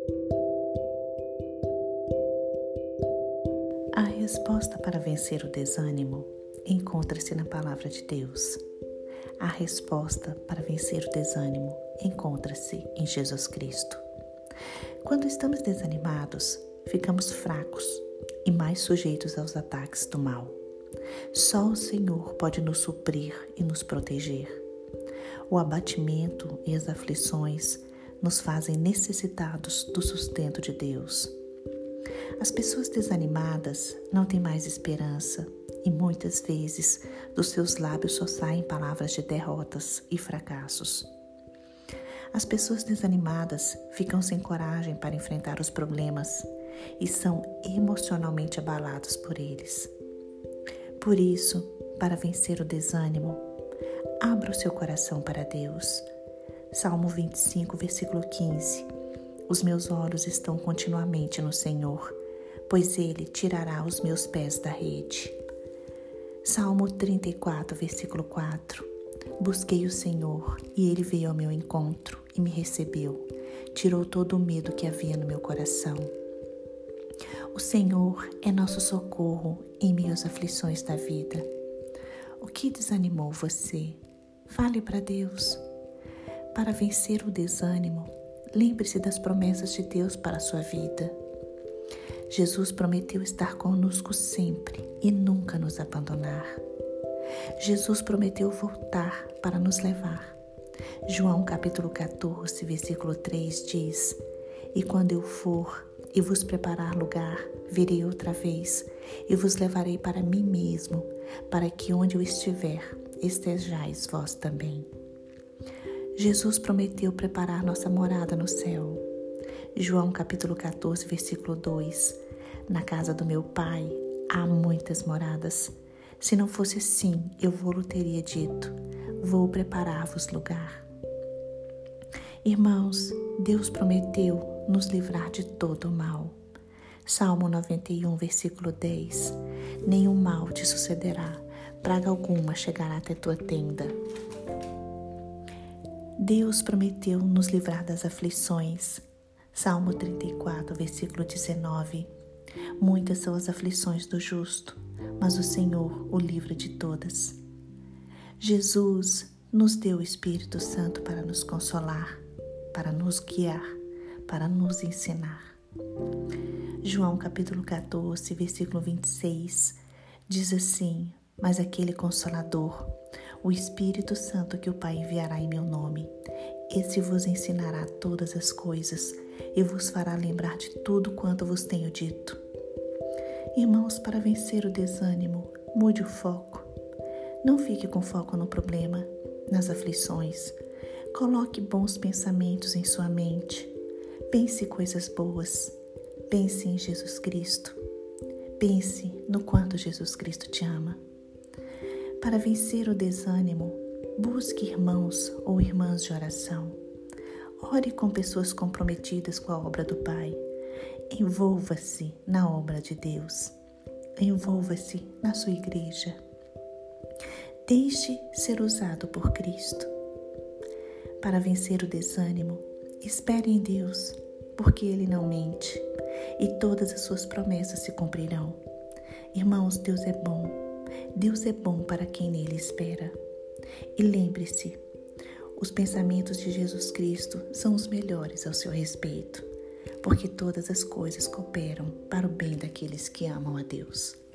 A resposta para vencer o desânimo encontra-se na Palavra de Deus. A resposta para vencer o desânimo encontra-se em Jesus Cristo. Quando estamos desanimados, ficamos fracos e mais sujeitos aos ataques do mal. Só o Senhor pode nos suprir e nos proteger. O abatimento e as aflições nos fazem necessitados do sustento de Deus. As pessoas desanimadas não têm mais esperança e muitas vezes dos seus lábios só saem palavras de derrotas e fracassos. As pessoas desanimadas ficam sem coragem para enfrentar os problemas e são emocionalmente abalados por eles. Por isso, para vencer o desânimo, abra o seu coração para Deus. Salmo 25, versículo 15. Os meus olhos estão continuamente no Senhor, pois Ele tirará os meus pés da rede. Salmo 34, versículo 4. Busquei o Senhor e Ele veio ao meu encontro e me recebeu. Tirou todo o medo que havia no meu coração. O Senhor é nosso socorro em meio às aflições da vida. O que desanimou você? Fale para Deus. Para vencer o desânimo, lembre-se das promessas de Deus para a sua vida. Jesus prometeu estar conosco sempre e nunca nos abandonar. Jesus prometeu voltar para nos levar. João capítulo 14, versículo 3 diz: E quando eu for e vos preparar lugar, virei outra vez e vos levarei para mim mesmo, para que onde eu estiver, estejais vós também. Jesus prometeu preparar nossa morada no céu. João capítulo 14, versículo 2. Na casa do meu Pai há muitas moradas. Se não fosse assim, eu vou-lhe teria dito: vou preparar-vos lugar. Irmãos, Deus prometeu nos livrar de todo o mal. Salmo 91, versículo 10. Nenhum mal te sucederá, praga alguma chegará até tua tenda. Deus prometeu nos livrar das aflições. Salmo 34, versículo 19. Muitas são as aflições do justo, mas o Senhor o livra de todas. Jesus nos deu o Espírito Santo para nos consolar, para nos guiar, para nos ensinar. João capítulo 14, versículo 26, diz assim: Mas aquele Consolador, o Espírito Santo que o Pai enviará em meu nome, esse vos ensinará todas as coisas e vos fará lembrar de tudo quanto vos tenho dito. Irmãos, para vencer o desânimo, mude o foco. Não fique com foco no problema, nas aflições. Coloque bons pensamentos em sua mente. Pense coisas boas. Pense em Jesus Cristo. Pense no quanto Jesus Cristo te ama. Para vencer o desânimo, busque irmãos ou irmãs de oração. Ore com pessoas comprometidas com a obra do Pai. Envolva-se na obra de Deus. Envolva-se na sua igreja. Deixe ser usado por Cristo. Para vencer o desânimo, espere em Deus, porque Ele não mente e todas as suas promessas se cumprirão. Irmãos, Deus é bom. Deus é bom para quem nele espera. E lembre-se, os pensamentos de Jesus Cristo são os melhores ao seu respeito, porque todas as coisas cooperam para o bem daqueles que amam a Deus.